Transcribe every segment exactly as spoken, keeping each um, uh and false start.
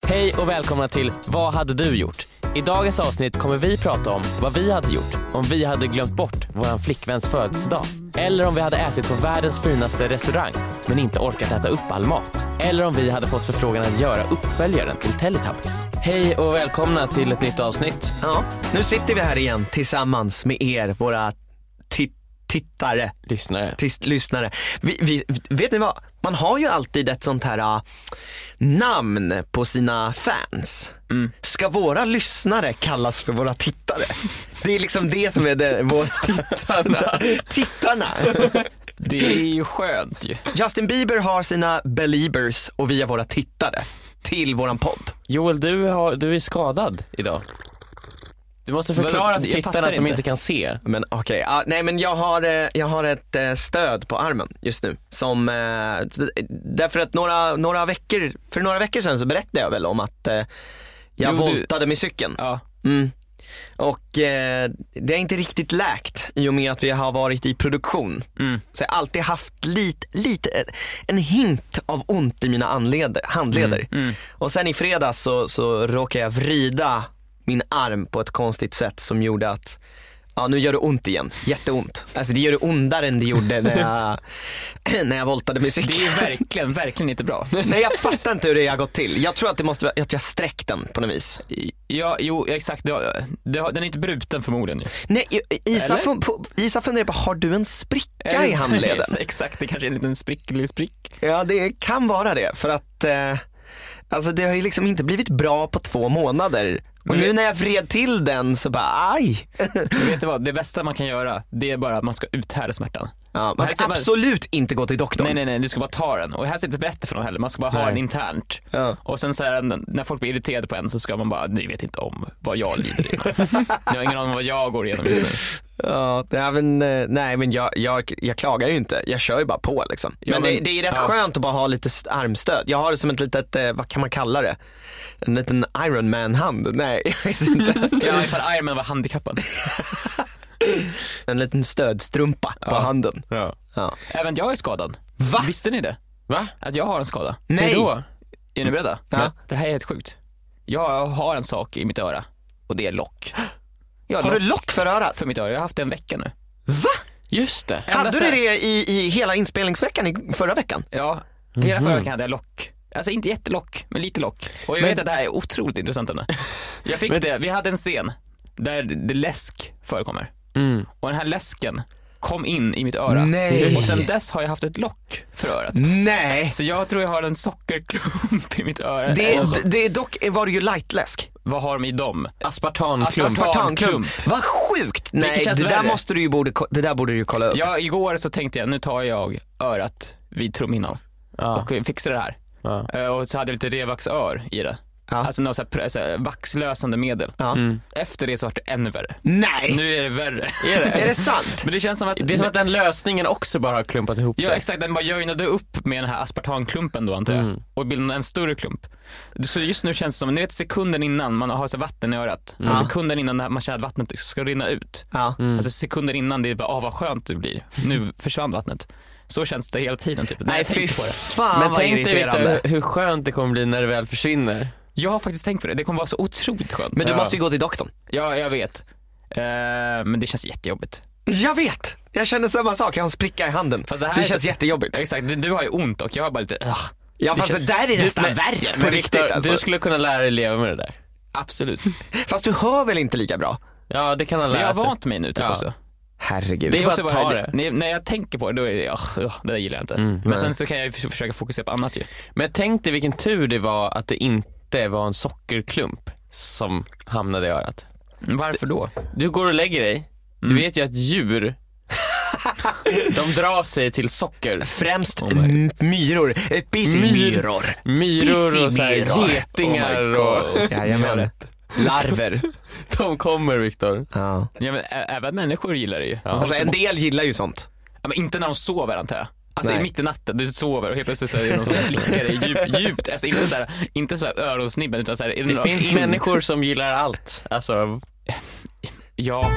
Hej och välkomna till Vad hade du gjort? I dagens avsnitt kommer vi prata om vad vi hade gjort om vi hade glömt bort våran flickväns födelsedag. Eller om vi hade ätit på världens finaste restaurang men inte orkat äta upp all mat. Eller om vi hade fått förfrågan att göra uppföljaren till Teletubbies. Hej och välkomna till ett nytt avsnitt. Ja, nu sitter vi här igen tillsammans med er, våra tit- tittare. Lyssnare. Tis- lyssnare. Vi, vi, vet ni vad? Man har ju alltid ett sånt här uh, namn på sina fans. Mm. Ska våra lyssnare kallas för våra tittare? Det är liksom det som är det, vår... Tittarna. Tittarna. Det är ju skönt ju. Justin Bieber har sina beliebers och vi är våra tittare till våran podd. Joel, du, har, du är skadad idag. Du måste förklara Men, för tittarna som inte. inte kan se. Men okej, okay. ah, nej men jag har, eh, jag har ett eh, stöd på armen just nu som, eh, därför att några, några veckor, för några veckor sedan så berättade jag väl om att eh, jag Jo, voltade med cykeln. Ja. Mm. Och eh, det är inte riktigt läkt i och med att vi har varit i produktion. Mm. Så jag har alltid haft lite, lite, en hint av ont i mina anleder, handleder. Mm. Mm. Och sen i fredags så, så råkade jag vrida min arm på ett konstigt sätt som gjorde att ja, nu gör det ont igen, jätteont. Alltså det gör det ondare än det gjorde när jag, när jag voltade med cykeln. Det är verkligen, verkligen inte bra. Nej, jag fattar inte hur det har gått till. Jag tror att det måste vara att jag sträckt den på något vis. Ja, jo, exakt. Det har, det har, den är inte bruten förmodligen. Nej, Isa, fun, på, Isa funderar på, har du en spricka i handleden? Exakt, det kanske är en liten spricklig sprick. Ja, det kan vara det. För att eh, alltså det har ju liksom inte blivit bra på två månader. Och nu när jag vred till den så bara, aj. Vet du vad, det bästa man kan göra, det är bara att man ska uthärda smärtan. Ja, man ska absolut bara... inte gå till doktorn. Nej, nej, nej, du ska bara ta den. Och här ska inte berätta för någon heller, man ska bara nej. ha den internt. Ja. Och sen så är den, när folk blir irriterade på en så ska man bara, ni vet inte om vad jag lider igenom. Ni har ingen aning om vad jag går igenom just nu. Ja, men, nej men jag, jag, jag klagar ju inte, jag kör ju bara på liksom. Men, ja, men det, det är rätt ja. skönt att bara ha lite armstöd. Jag har det som ett litet, vad kan man kalla det? En liten Iron Man-hand. Nej, jag vet inte. Ja, ifall Iron Man var handikappad. En liten stödstrumpa ja. på handen. Ja. Ja. Även jag är skadad. Va? Visste ni det? Va? Att jag har en skada. Nej. Då? Är ni beredda? Ja. Det här är helt sjukt. Jag har en sak i mitt öra. Och det är lock. Har lock du lock för örat? För mitt öra. Jag har haft det en vecka nu. Va? Just det. Hade du det i, i hela inspelningsveckan i förra veckan? Ja, hela förra veckan hade jag lock. Alltså inte jättelock, men lite lock. Och jag men... vet att det här är otroligt intressant ämne. Jag fick men... det, vi hade en scen där det läsk förekommer. Mm. Och den här läsken kom in i mitt öra. Nej. Och sen dess har jag haft ett lock för örat. Nej. Så jag tror jag har en sockerklump i mitt öra. Det, det är dock, var det ju lightläsk. Vad har de i dem? Aspartanklump. Aspartanklump. Vad sjukt. Nej, det, det där måste du ju borde, det där borde du ju kolla upp. Ja, igår så tänkte jag, nu tar jag örat vid trumhinnan. Ja. Och fixar det här. Ja. Och så hade jag lite revaxör i det. Ja. Alltså något så här, så här vaxlösande medel. Ja. Mm. Efter det så var det ännu värre. Nej. Nu är det värre. Är det, är det sant? Men det känns som att det är som att den lösningen också bara har klumpat ihop sig. Ja, exakt. Den bara joinade upp med den här aspartanklumpen då, antar jag. Mm. Och bildade en större klump. Så just nu känns det som, ni vet sekunden innan man har så vatten i örat. Ja. Och sekunden innan man känner att vattnet ska rinna ut. Ja. Mm. Alltså sekunden innan det är bara, ah, vad skönt det blir. Nu försvann vattnet. Så känns det hela tiden typ. Nej, fy fan. Men tänk dig Victor, hur skönt det kommer bli när det väl försvinner. Jag har faktiskt tänkt på det. Det kommer vara så otroligt skönt. Men du ja. måste ju gå till doktorn. Ja, jag vet. Uh, men det känns jättejobbigt. Jag vet. Jag känner samma sak. Jag har en spricka i handen. Det, det känns så... jättejobbigt. Exakt. Du, du har ju ont och jag har bara lite... Uh. Ja, fast det där är du, nästan men, värre. Men Victor, alltså. Du skulle kunna lära dig leva med det där. Absolut. Fast du hör väl inte lika bra? Ja, det kan han lära sig. Men jag har vant mig nu typ ja. också. Herregud. Det är också bara, det. När, när jag tänker på det, då är det, oh, oh, det där gillar jag inte. Mm, men sen så kan jag försöka fokusera på annat ju. Men tänk dig vilken tur det var att det inte var en sockerklump som hamnade i örat. Varför då? Du går och lägger dig. Du mm. vet ju att djur de drar sig till socker. Främst oh m- myror. Pissimyror. Myror och så här getingar oh och jajamän. Larver. De kommer, Victor. Ja. Ja, men ä- även människor gillar det ju. Ja. Alltså, en del gillar ju sånt. Ja, men inte när de sover, antar jag. Alltså nej. I mitt i natten, du sover och helt plötsligt så är det någon som slickar dig djupt, djupt. Alltså inte så här, inte så här öronsnibben, utan så här, är det, det finns in... människor som gillar allt. Alltså ja.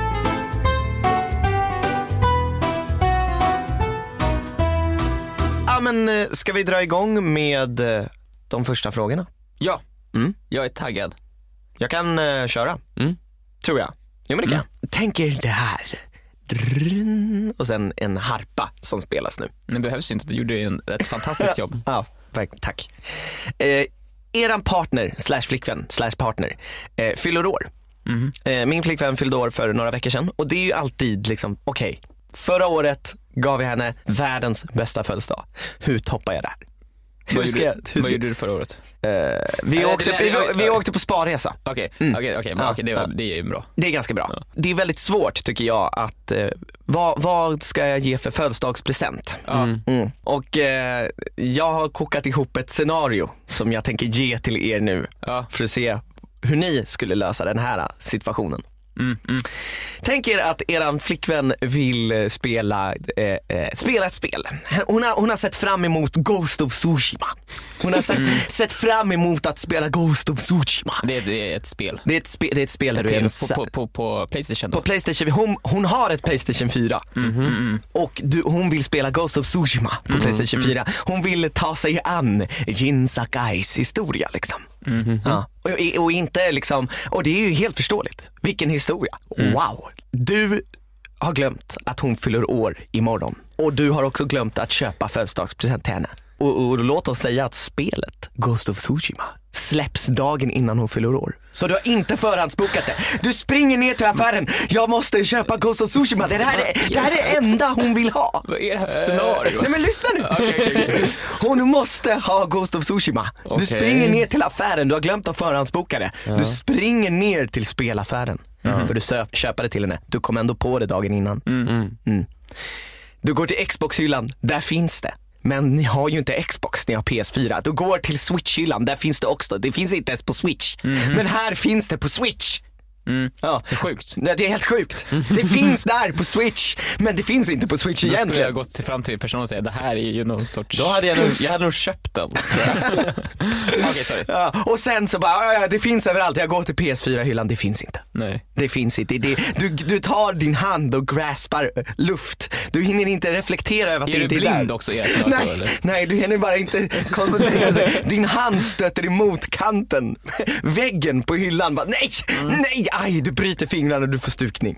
Ja, men ska vi dra igång med de första frågorna? Ja. Mm. Jag är taggad. Jag kan uh, köra. Mm. Tror jag. Jo, men det kan Mm. jag. Tänk er det här. Drrrn. Och sen en harpa som spelas nu. Det behövs ju inte, du gjorde en, ett fantastiskt jobb. Ja, verkligen. Tack. Eh, eran partner, slash flickvän, slash partner, eh, fyller år. Mm. Eh, min flickvän fyllde år för några veckor sedan. Och det är ju alltid liksom, okej. Okay, förra året gav jag henne världens bästa födelsedag. Hur toppar jag det här? Hur Vad, ska gjorde, jag, hur vad ska, gjorde du förra året? eh, vi, Eller, åkte, det- vi, det- vi åkte på sparresa. Okej, Mm. okej, okej, men Ja, okej, det, var- ja. det är ju bra. Det är ganska bra. Ja. Det är väldigt svårt tycker jag att, eh, vad, vad ska jag ge för födelsedagspresent? Ja. Mm. Och eh, jag har kokat ihop ett scenario som jag tänker ge till er nu Ja. för att se hur ni skulle lösa den här situationen. Mm, mm. Tänk er att eran flickvän vill spela, eh, eh, spela ett spel. Hon har, hon har sett fram emot Ghost of Tsushima. Hon har sett, Mm. sett fram emot att spela Ghost of Tsushima. Det, det är ett spel. Det är ett, spe, det är ett spel där du är en på, på, på, på Playstation då. på Playstation, hon, hon har ett Playstation fyra Mm, mm, mm. och du, hon vill spela Ghost of Tsushima på Playstation fyra. Hon vill ta sig an Jin Sakais historia liksom. Mm. Ja. Och, och inte liksom, och det är ju helt förståeligt. Vilken historia. Mm. Wow. Du har glömt att hon fyller år imorgon. Och du har också glömt att köpa födelsedagspresent till henne. Och, och låt oss säga att spelet Ghost of Tsushima släpps dagen innan hon fyller år. Så du har inte förhandsbokat det. Du springer ner till affären. Jag måste köpa Ghost of Tsushima. Det här är det här är det enda hon vill ha. Vad är det här för scenario? Nej men lyssna nu. Okej, okej, okej. Hon måste ha Ghost of Tsushima. Du Okej. springer ner till affären. Du har glömt att förhandsboka det. Du springer ner till spelaffären. För du sö- köper det till henne. Du kom ändå på det dagen innan. Mm. Mm. Du går till Xbox-hyllan. Där finns det. Men ni har ju inte Xbox, ni har P S fyra. Du går till Switch-hyllan, där finns det också. Det finns inte ens på Switch. Men här finns det på Switch. Mm. Ja. Det är sjukt. Nej, det är helt sjukt. Det finns där på Switch, men det finns inte på Switch Då skulle egentligen. jag gått till fram till personen och säga det här är ju någon sorts... Då hade jag nog, jag hade nog köpt den. Okej, sorry. Ja, och sen så bara, "Ja, ja, det finns överallt. Jag går till P S fyra-hyllan, det finns inte. Nej. Det finns inte. Det, du, du tar din hand och graspar eh, luft. Du hinner inte reflektera över att Är det du inte är där. blind också i er scenario, Nej, eller? nej, du hinner bara inte koncentrera sig. Din hand stöter emot kanten, väggen på hyllan. Bara, nej, nej, aj, du bryter fingrarna och du får stukning.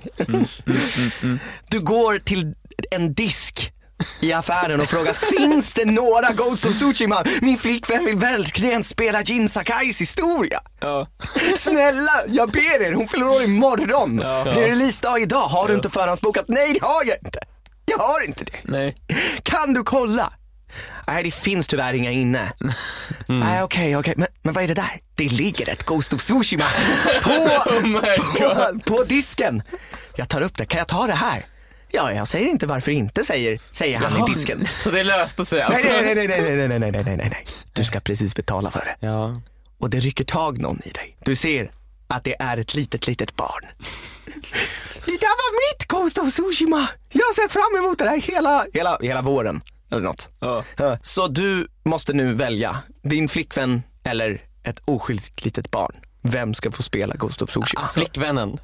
Du går till en disk i affären och frågar, finns det några Ghost of Tsushima? Min flickvän vill verkligen spela Jin Sakais historia. Ja. Snälla, jag ber er, hon fyller år imorgon. Ja. Det är releasedag idag, har du inte förhandsbokat? Nej, det har jag inte. Jag har inte det. Nej. Kan du kolla? Nej, det finns tyvärr inga inne. Nej, okej, okej. Men, men vad är det där? Det ligger ett Ghost of Tsushima på, på, på disken. Jag tar upp det. Kan jag ta det här? Ja, jag säger inte varför inte, säger, säger han Jaha, i disken. Så det löste sig alltså. Nej, nej, nej, nej, nej, nej, nej, nej, nej, nej, nej. Du ska precis betala för det. Ja. Och det rycker tag någon i dig. Du ser att det är ett litet, litet barn. Det där var mitt Ghost of Tsushima. Jag har sett fram emot det här hela, hela, hela våren. Eller något. Ja. Ja. Så du måste nu välja din flickvän eller ett oskyldigt litet barn. Vem ska få spela Ghost of Tsushima? Flickvännen.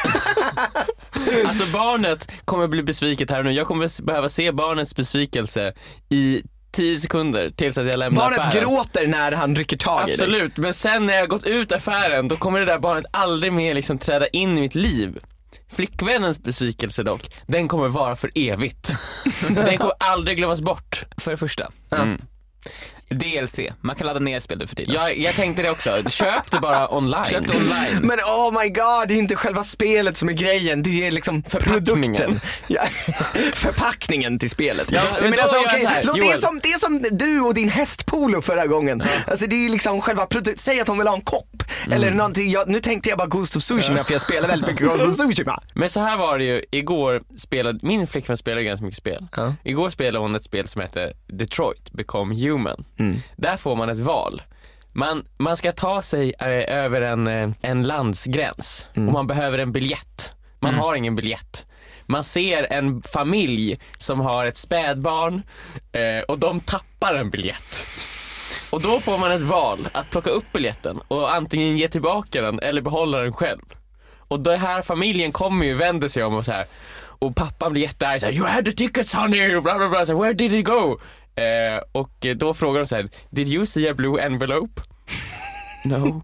Alltså barnet kommer bli besviket här nu. Jag kommer behöva se barnets besvikelse i tio sekunder tills att jag lämnar Barnet affären. gråter när han rycker tag i dig. Absolut, men sen när jag gått ut affären då kommer det där barnet aldrig mer liksom träda in i mitt liv. Flickvännens besvikelse dock, den kommer vara för evigt. Den kommer aldrig glömmas bort. För det första. Mm. D L C. Man kan ladda ner spel för tiden. Jag, jag tänkte det också, köp det bara online. Köp det online. Men oh my god, det är inte själva spelet som är grejen. Det är liksom Förpackningen. produkten. Ja, förpackningen till spelet. Ja, men men då alltså, gör jag okej, så här, låt- det, är Joel. som, det är som du och din hästpolo förra gången. Alltså det är liksom själva produkten. Säg att hon vill ha en kopp. Eller någonting. Jag, nu tänkte jag bara Ghost of Tsushima för jag spelar väldigt mycket Ghost of Tsushima. Men så här var det ju, igår spelade, min flickvän spelade ganska mycket spel. Ja. Igår spelade hon ett spel som heter Detroit Become Human. Mm. Där får man ett val. Man, man ska ta sig eh, över en, eh, en landsgräns och man behöver en biljett. Man har ingen biljett. Man ser en familj som har ett spädbarn eh, och de tappar en biljett. Och då får man ett val att plocka upp biljetten och antingen ge tillbaka den eller behålla den själv. Och den här familjen kommer ju vända sig om och så här. Och pappan blir jättearg så här, you had the tickets honey, bla bla bla, så här, where did it go? Eh, och då frågar de så här, did you see a blue envelope? No.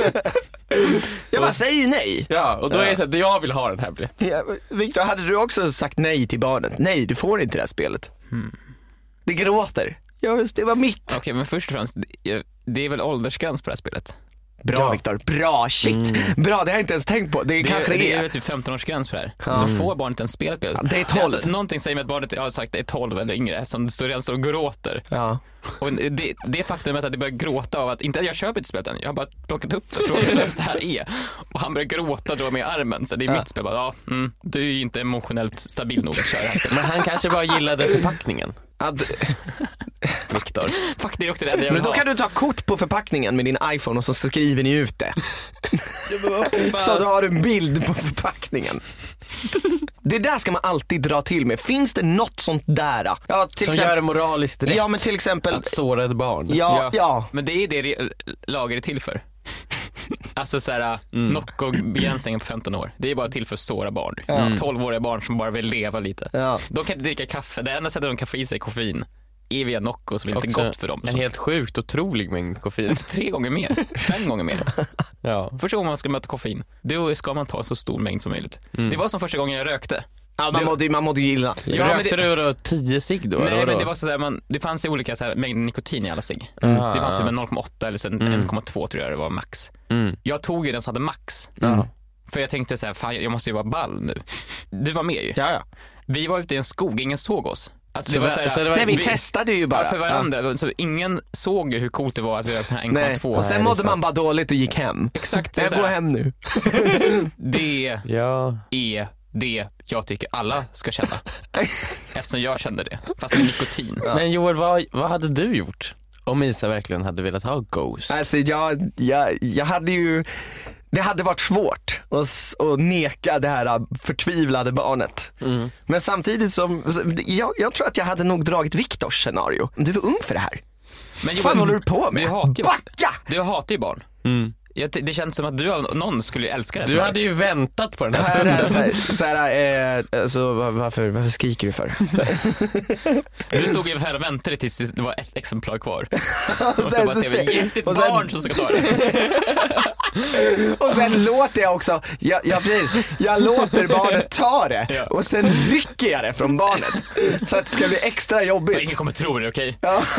Jag bara säger nej. Ja, och då är det så att jag vill ha den här biljetten. Ja, Victor, hade du också sagt nej till barnet? Nej, du får inte det här spelet. Hmm. Det gråter. Jag vill spela mitt. Okej, okay, men först och främst, det är väl åldersgräns på det här spelet? Bra ja. Viktor, bra, shit. Mm. Bra, det har jag inte ens tänkt på. Det, är det, kanske det är. är typ femton-årsgräns på det här. Mm. Så får barnet en spelspel. Ja, det är tolv. Alltså, någonting säger mig att barnet jag har sagt är tolv eller yngre, som det står redan så och gråter. Ja. Och det, det faktumet att det börjar gråta av att, inte att jag köper inte spelet än, jag har bara plockat upp det och frågat vem så här är. Och han börjar gråta då med armen, så det är ja. mitt spel. Bara, ja, mm, du är ju inte emotionellt stabil nog att köra det här spelet. Men han kanske bara gillade förpackningen. Att... Viktor. Fuck, det är också det jag vill Men då ha. kan du ta kort på förpackningen med din iPhone och så skriver ni ut det. Så då har du en bild på förpackningen. Det där ska man alltid dra till med. Finns det något sånt där? Ja, till som exempel... gör det moraliskt rätt. Ja, men till exempel... Att såra ett barn. Ja, ja. ja. Men det är det lager är till för. Alltså såhär, mm. knock och begränsningen på femton år. Det är bara till för att såra barn. Mm. tolv-åriga barn som bara vill leva lite. Ja. De kan inte dricka kaffe. Det enda sättet de kan få i sig koffein är via Nocco, som är lite gott för dem. En helt sjukt otrolig mängd koffein. Tre gånger mer, fem gånger mer. Ja. Första gången man ska möta koffein, då ska man ta så stor mängd som möjligt. Mm. Det var som första gången jag rökte. Ja, man mådde, man mådde gilla. Ja, rökte det, du då tio cigg då? Nej, eller men det var så här, man, det fanns ju olika så här, mängder nikotin i alla cigg. Mm. Det fanns ju med noll komma åtta eller så mm. en komma två tror jag det var max. Mm. Jag tog ju den som hade max. Mm. För jag tänkte så här, fan, jag måste ju vara ball nu. Du var med ju. Ja, ja. Vi var ute i en skog, ingen såg oss. Alltså, så det var så här, så det var, nej, vi, vi testade ju bara. Ja, för varandra. Ja. Så ingen såg ju hur coolt det var att vi rökte den här en komma två. Och sen mådde man bara dåligt och gick hem. Exakt. Jag går hem nu. Det ja. är det jag tycker alla ska känna. Eftersom jag kände det. Fast med nikotin. Ja. Men Joel, vad, vad hade du gjort om Isa verkligen hade velat ha Ghost? Alltså jag, jag, jag hade ju... Det hade varit svårt att, att neka det här förtvivlade barnet. Mm. Men samtidigt som... Jag, jag tror att jag hade nog dragit Viktors scenario. Du var ung för det här. Men vad fan håller du på med? Du hatar ju, Backa! Du hatar ju barn. Mm. Jag, det känns som att du av någon skulle älska det. Du hade ju väntat på den här stunden. Så här, så här, eh, alltså, varför, varför skriker du för? Du stod ju här och väntade tills det var ett exemplar kvar. Och så bara ser vi, yes, ett barn som ska ta det. Och sen låter jag också, jag, jag, blir, jag låter barnet ta det. Ja. Och sen rycker jag det från barnet. Så att det ska bli extra jobbigt. Och ingen kommer tro det, okej? Okay? Ja.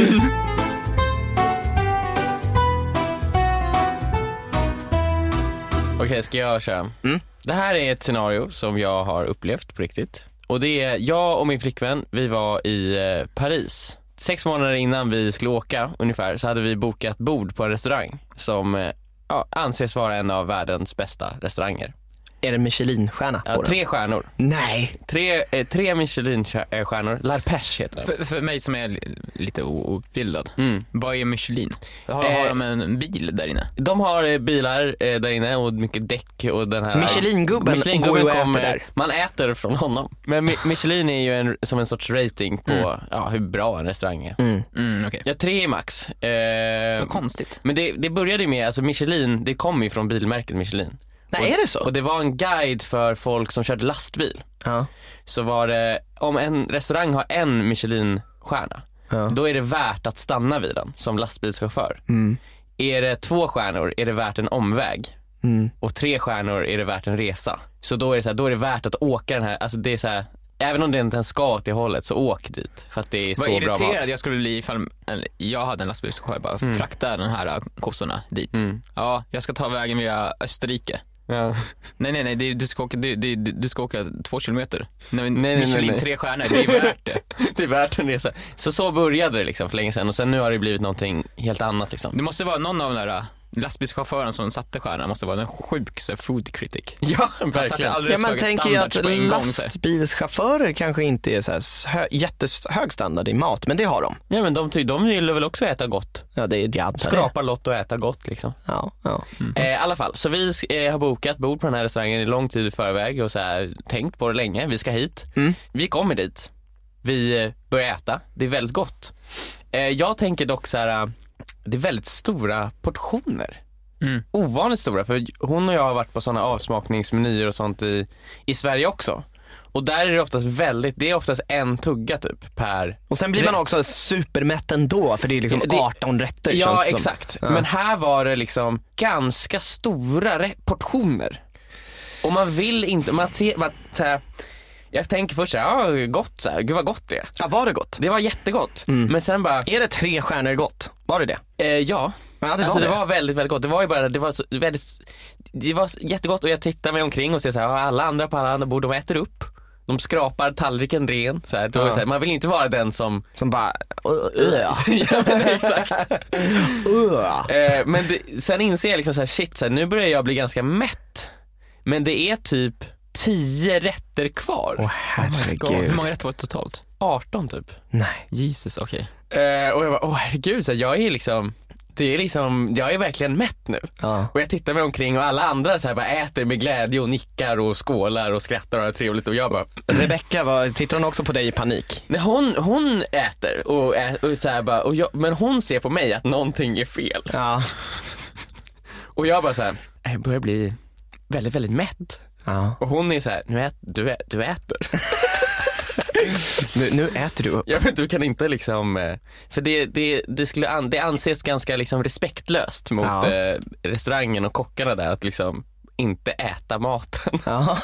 Okej, okay, ska jag köra? Mm. Det här är ett scenario som jag har upplevt på riktigt. Och det är jag och min flickvän, vi var i eh, Paris. Sex månader innan vi skulle åka ungefär så hade vi bokat bord på en restaurang som eh, ja, anses vara en av världens bästa restauranger. Är det Michelin-stjärna? Ja, tre stjärnor. Nej. Tre, eh, tre Michelin-stjärnor. L'Arpège heter det. För, för mig som är lite outbildad. Mm. Vad är Michelin? Har, eh, har de en bil där inne? De har eh, bilar eh, där inne och mycket däck och den här... Michelin-gubben, Michelin-gubben går kommer, äter där. Man äter från honom. Men Michelin är ju en, som en sorts rating på mm. ja, hur bra en restaurang är. Mm. Mm, okay. Ja, tre i max. Eh, Vad konstigt. Men det, det började ju med, alltså Michelin, det kom ju från bilmärket Michelin. Nej, är det så? Och det var en guide för folk som körde lastbil. Ja. Så var det, om en restaurang har en Michelin-stjärna, ja. Då är det värt att stanna vid den som lastbilschaufför. Mm. Är det två stjärnor är det värt en omväg. Mm. Och tre stjärnor är det värt en resa. Så då är det, så här, då är det värt att åka den här, alltså det är så här, även om det inte ens ska åt det hållet så åk dit. För att det är så bra mat. Vad irriterad jag skulle bli ifall jag hade en lastbilschaufför bara mm. frakta den här kossorna dit. Mm. Ja, jag ska ta vägen via Österrike. Ja. Nej, nej, nej, det, du, ska åka, du, du, du ska åka två kilometer. Nej, nej, Michelin nej, nej. tre stjärnor, det är värt det. Det är värt en resa. Så så började det liksom för länge sedan. Och sen nu har det blivit någonting helt annat liksom. Det måste vara någon av de där lastbilschauffören som satte stjärnan måste vara en sjuk så, food critic. Ja, verkligen. Ja, man tänker ju att lastbilschaufförer kanske inte är så här hö, jättehög standard i mat, men det har de. Ja, men de, de vill väl också äta gott. Ja, det är det. Skrapa lott och äta gott liksom. Ja, ja. Mm. Eh, i alla fall, så vi eh, har bokat bord på den här restaurangen i lång tid i förväg och så här, tänkt på det länge. Vi ska hit. Mm. Vi kommer dit. Vi eh, börjar äta. Det är väldigt gott. Eh, jag tänker dock så här, det är väldigt stora portioner. Mm. Ovanligt stora, för hon och jag har varit på sådana avsmakningsmenyer och sånt i, i Sverige också. Och där är det oftast väldigt, det är oftast en tugga typ per. Och sen blir man rätt. också supermätt ändå, för det är liksom det, arton rätter. Ja, känns exakt. som. Ja. Men här var det liksom ganska stora re- portioner. Och man vill inte, man ser, man, så här, jag tänker först så här, ja, gott så här, gud vad gott det är. Ja, var det gott? Det var jättegott. Mm. Men sen bara... Är det tre stjärnor gott? Var det det? Eh, ja. Ja, det var, alltså, det. det var väldigt, väldigt gott. Det var ju bara, det var så, väldigt, det var jättegott och jag tittar mig omkring och ser så här, alla andra på alla andra bord, de äter upp. De skrapar tallriken ren. Så här, då Ja. är så här, man vill inte vara den som... Som bara... Uh, ja, men exakt. uh. eh, men det, sen inser jag liksom så här, shit, så här, nu börjar jag bli ganska mätt. Men det är typ tio rätter kvar. Åh, herregud. Hur många rätter var det totalt? arton typ. Nej. Jesus, okej. Eh, och jag bara, åh herregud, så här, jag är liksom... Det är liksom, jag är verkligen mätt nu. Ja. Och jag tittar mig omkring och alla andra så här bara äter med glädje och nickar och skålar och skrattar och har trevligt. Och jag bara... Rebecca, var, tittar hon också på dig i panik? Nej, hon, hon äter och, ä, och så här bara, och jag, men hon ser på mig att någonting är fel. Ja. Och jag bara så här, jag börjar bli väldigt, väldigt mätt. Ja. Och hon är så här, nu ät, du, ä, du äter. Nu, nu äter du upp. Ja, men du kan inte liksom, eh, för det, det, det, skulle an, det anses ganska liksom respektlöst mot Ja. eh, restaurangen och kockarna där att liksom inte äta maten. Ja.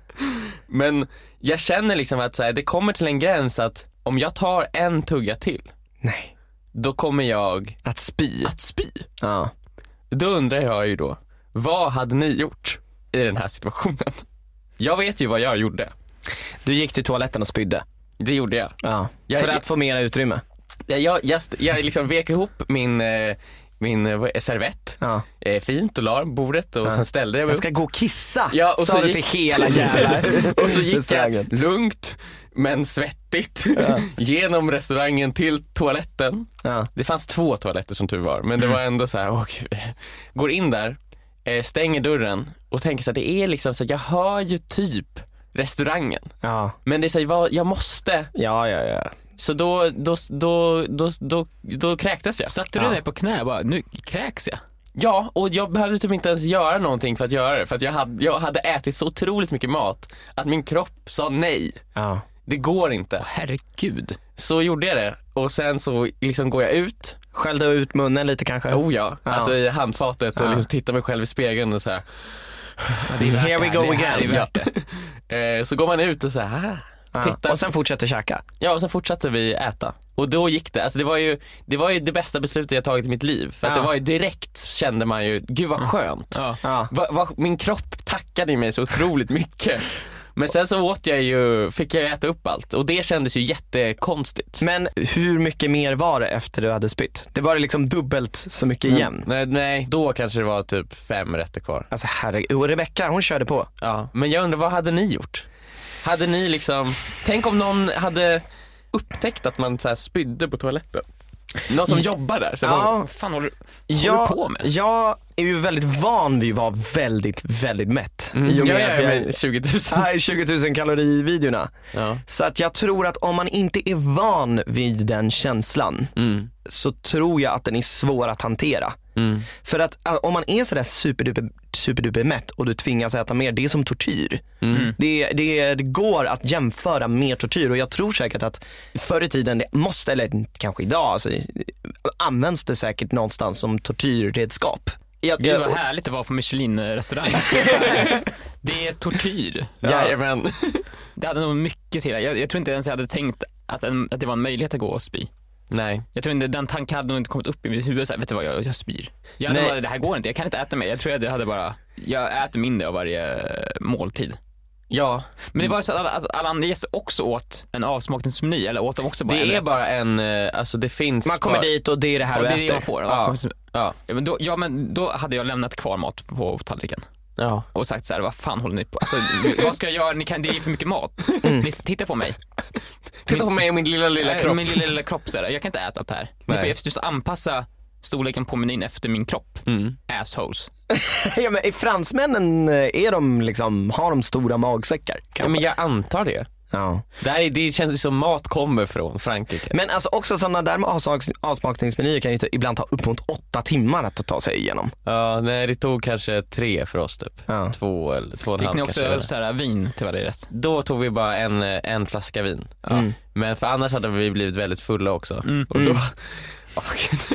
Men jag känner liksom att så här, det kommer till en gräns att om jag tar en tugga till, Nej. då kommer jag Att spy. att spy. Ja. Då undrar jag ju då, vad hade ni gjort i den här situationen? Jag vet ju vad jag gjorde. Du gick till toaletten och spydde. Det gjorde jag. Ja. Jag- För att få mer utrymme. Jag, jag, jag, jag liksom vek ihop min, eh, min eh, vad- servett Ja. eh, fint och la den på bordet och Ja. sen ställde jag mig Jag upp. ska gå och kissa. Ja, och sa så du gick- till hela jävla Och så gick jag restaurangen. lugnt men svettigt genom restaurangen till toaletten. Ja. Det fanns två toaletter som tur var, men det var ändå så här, åh, gud. Går in där, eh, stänger dörren och tänker så här, det är liksom så här, jag hör ju typ restaurangen. Ja. Men det är så här, vad- jag måste. Ja, ja, ja. Så då, då, då, då, då, då kräktes jag. Satte du Ja. dig på knä och bara, nu kräks jag? Ja, och jag behövde typ inte ens göra någonting för att göra det. För att jag hade, jag hade ätit så otroligt mycket mat att min kropp sa nej. Ja. Det går inte. Herregud. Så gjorde jag det. Och sen så liksom går jag ut. Skällde ut munnen lite kanske. Oh ja, Ja. alltså i handfatet och Ja. liksom tittar mig själv i spegeln och så här. Det är värt Here we det. go Det är- again. det är värt det. Eh, så går man ut och så här, ah, Ja. tittar. Och sen fortsätter käka. Ja, och sen fortsatte vi äta. Och då gick det, alltså det var ju det, var ju det bästa beslutet jag tagit i mitt liv. För att Ja. det var ju direkt, kände man ju, gud vad skönt. Ja. Ja. Va, va, min kropp tackade mig så otroligt mycket. Men sen så åt jag ju, fick jag äta upp allt. Och det kändes ju jättekonstigt. Men hur mycket mer var det efter du hade spytt? Det var det liksom dubbelt så mycket igen. Nej, nej, då kanske det var typ fem rätter kvar. Alltså herregud, och Rebecca hon körde på. Ja, men jag undrar, vad hade ni gjort? Hade ni liksom, tänk om någon hade upptäckt att man så här spydde på toaletten. Någon som jobbar där. Så Ja. någon, Vad fan håller, håller Jag, du på med? jag är ju väldigt van vid att vara väldigt, väldigt mätt. mm, I och med ja, att ja, jag- men tjugo tusen. här är tjugo tusen kalorivideorna. Ja. Så att jag tror att om man inte är van vid den känslan Mm. så tror jag att den är svår att hantera. Mm. För att äh, om man är sådär superduper, superduper mätt och du tvingas äta mer, det är som tortyr. Mm. Det, det, det går att jämföra med tortyr och jag tror säkert att förr i tiden, det måste, eller kanske idag, alltså, används det säkert någonstans som tortyrredskap. Jag, Gud vad jag, härligt det var på Michelin-restaurang. Det är tortyr. Jajamän. Det hade nog mycket till. Jag, jag tror inte ens jag hade tänkt att, en, att det var en möjlighet att gå och spy. Nej. Jag tror inte, den tanken hade nog inte kommit upp i mitt huvud så här, vet du vad, jag, jag spyr. Jag hade Nej. bara, det här går inte, jag kan inte äta mer. Jag tror att jag hade bara, jag äter mindre av varje måltid. Ja, Men det var så att alla, att alla andra gäster också åt en avsmakningsmeny, eller åt de också bara en det är rätt? bara en, eh, alltså det finns man kommer bara, dit och det är det här Ja, du det är det äter. man får. Ja. Avsmakningsmeny. Ja. Ja, men då, ja, men då hade jag lämnat kvar mat på tallriken Ja. och sagt så här, vad fan håller ni på? Alltså, vad ska jag göra? Ni kan, det är för mycket mat. Ni tittar på mig. Titta på mig och min lilla lilla Äh, kropp. Min lilla, lilla kropp så här. Jag kan inte äta allt det här. Ni Nej. får just anpassa storleken på menyn efter min kropp. Mm. Assholes. Ja, men är fransmännen, är de liksom, har de stora magsäckar? Ja, men jag antar det. Ja. Det, här är, det känns ju som mat kommer från Frankrike. Men alltså också sådana där avsmakningsmenyer kan ju ibland ta upp mot åtta timmar att ta sig igenom. Ja, nej, det tog kanske tre för oss typ. Ja. Två eller två och en Fick halv. ni också så här vin till varje rest? Då tog vi bara en, en flaska vin. Ja. Mm. Men för annars hade vi blivit väldigt fulla också. Mm. Och då... Mm. Oh,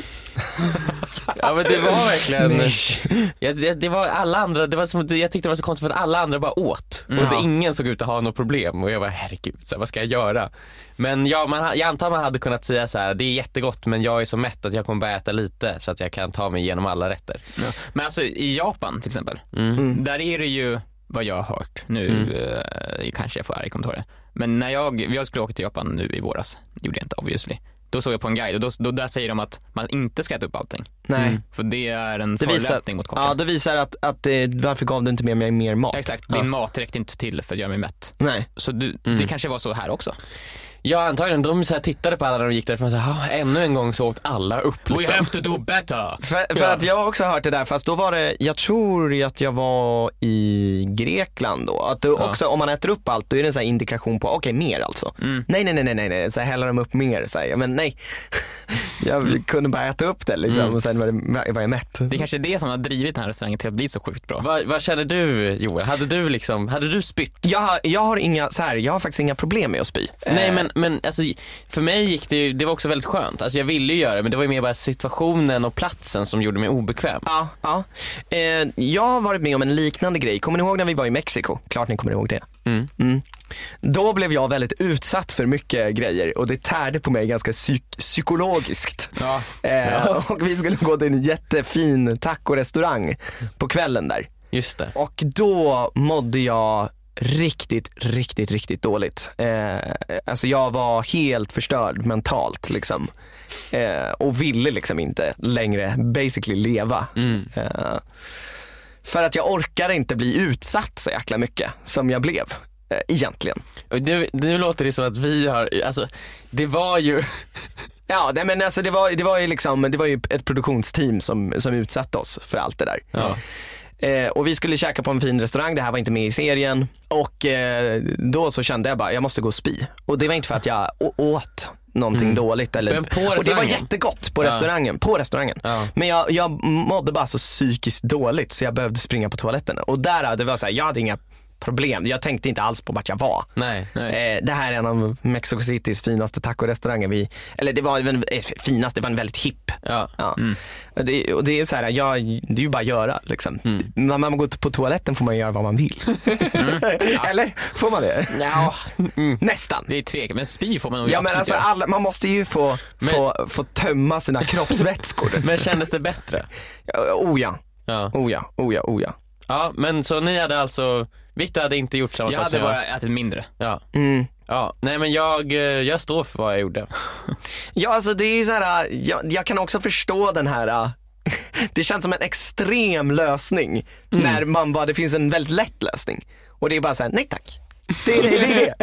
ja, men det var verkligen ja, det, det var alla andra det var som, jag tyckte det var så konstigt för att alla andra bara åt mm. och det, ingen såg ut att ha något problem och jag var herregud, så här, vad ska jag göra? Men ja, man, jag antar man hade kunnat säga så här: det är jättegott men jag är så mätt att jag kommer bara äta lite så att jag kan ta mig igenom alla rätter. Ja. Men alltså i Japan till exempel, mm. där är det ju vad jag har hört nu, Mm. eh, kanske jag får arg kommentarer. Men när jag, jag skulle åka till Japan nu i våras, det gjorde jag inte obviously. Då såg jag på en guide och då, då där säger de att man inte ska äta upp allting. Nej. Mm. För det är en Det visar, förolämpning mot kocken. ja, det visar att, att eh, varför gav du inte med mig mer mat? Exakt, din Ja. mat räckte inte till för att göra mig mätt. Nej. Så du, Mm. det kanske var så här också. Ja, antagligen. De så här tittade på alla när de gick därifrån och sa, ah, ännu en gång så åt alla upp liksom. We have to do better. För, för Ja. att jag har också hört det där, fast då var det, jag tror att jag var i Grekland då. Att då Ja. också, om man äter upp allt, då är det en sån här indikation på, okej, okay, mer alltså. Mm. Nej, nej, nej, nej, nej, nej. Så här häller de upp mer, så här, men nej. Jag kunde bara äta upp det liksom, Mm. och sen var, det, var jag mätt. Det är kanske det som har drivit den här restaurangen till att bli så sjukt bra. Vad, vad känner du, Joel? Hade du liksom, hade du spytt? Jag har, jag har inga, så här, jag har faktiskt inga problem med att spy. Nej, Eh, men, men alltså, för mig gick det ju, det var också väldigt skönt. Alltså jag ville ju göra det, men det var ju mer bara situationen och platsen som gjorde mig obekväm. Ja, ja. Eh, jag har varit med om en liknande grej. Kommer ni ihåg när vi var i Mexiko? Klart ni kommer ihåg det. Mm. Mm. Då blev jag väldigt utsatt för mycket grejer och det tärde på mig ganska psyk- psykologiskt. Ja. Eh, Ja. och vi skulle gå till en jättefin taco-restaurang på kvällen där. Just det. Och då mådde jag riktigt, riktigt, riktigt dåligt. Eh, alltså jag var helt förstörd mentalt liksom. Eh, och ville liksom inte längre basically leva. Mm. Eh, för att jag orkade inte bli utsatt så jäkla mycket som jag blev. Eh, egentligen. Och nu, nu låter det som att vi har, alltså det var ju Ja, nej, men alltså det var, det var ju liksom, det var ju ett produktionsteam som, som utsatte oss för allt det där. ja. Eh, och vi skulle käka på en fin restaurang, det här var inte med i serien. Och eh, då så kände jag bara, jag måste gå och spy. Och det var inte för att jag å- åt någonting Mm. dåligt eller, Men på och det var restaurangen? jättegott på Ja. restaurangen, på restaurangen. Ja. Men jag, jag mådde bara så psykiskt dåligt så jag behövde springa på toaletten. Och där det var så här, jag hade inga problem. Jag tänkte inte alls på vart jag var. Nej. Eh, det här är en av Mexico Citys finaste taco-restauranger. Vi, eller det var en, eh, finast, det var en väldigt hipp. Ja. Ja. Mm. Och det, och det är så här, jag, det är ju bara att göra liksom. Mm. När man går på toaletten får man göra vad man vill. Eller får man det? Ja. Mm. Nästan. Det är tvek, men spy får man nog Ja, men absolut alltså, göra. alla, man måste ju få, Men- få, få tömma sina kroppsvätskor. Men kändes det bättre? Oh ja, Ja. oh ja, oh ja, oh ja. Ja, men så ni hade alltså, Victor hade inte gjort samma Jag sak hade som bara ätit mindre. Ja. Mm. Ja, nej men jag, eh, jag står för vad jag gjorde. Ja, alltså det är ju så här, jag, jag kan också förstå den här, äh, det känns som en extrem lösning när man bara, det finns en väldigt lätt lösning. Och det är bara så här, nej tack. Det är det. det, är det.